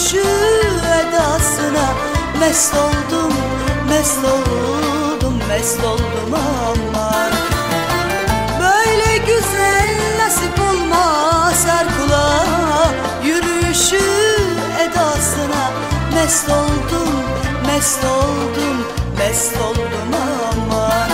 yürüyüşü edasına mest oldum, mest oldum, mest oldum aman. Böyle güzel nasip olmaz her kula, yürüyüşü edasına mest oldum, mest oldum, mest oldum aman.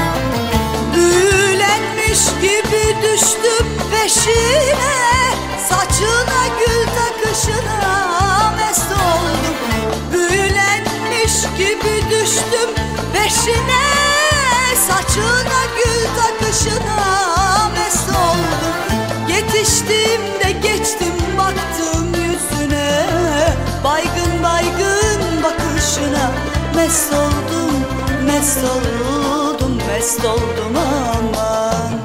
Büyülenmiş gibi düştüm peşine, saçına gül takışına mest oldum. Büyülenmiş gibi düştüm peşine, saçına gül takışına mest oldum. Yetiştim de geçtim baktım yüzüne, baygın baygın bakışına mest oldum, mest oldum, mest oldum aman.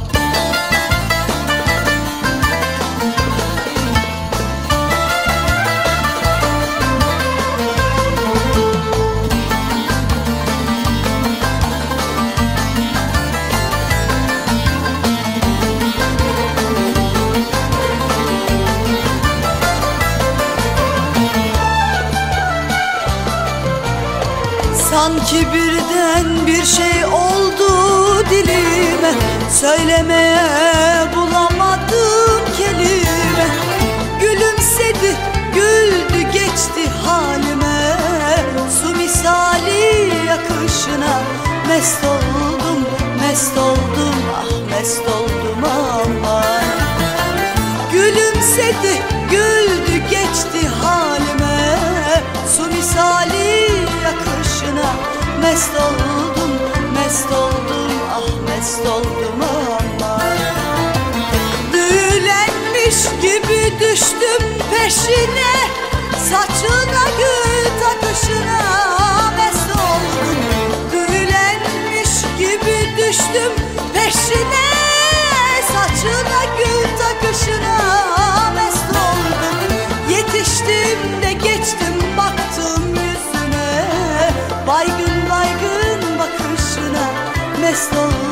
Sanki birden bir şey oldu dilime, söylemeye bulamadım kelime. Gülümsedi, güldü, geçti halime, su misali yakışına mest oldum, mest oldum, ah mest oldum aman. Gülümsedi, güldü, geçti halime, su misali yakışına mest oldum, mest oldum, ah mest oldum aman. Büyülenmiş gibi düştüm peşine, saçına gül takışına mest oldum. Büyülenmiş gibi düştüm peşine, saçına gül takışına mest oldum. Yetiştim de geçtim baktım yüzüne, baygın baygın bakışına mest oldum.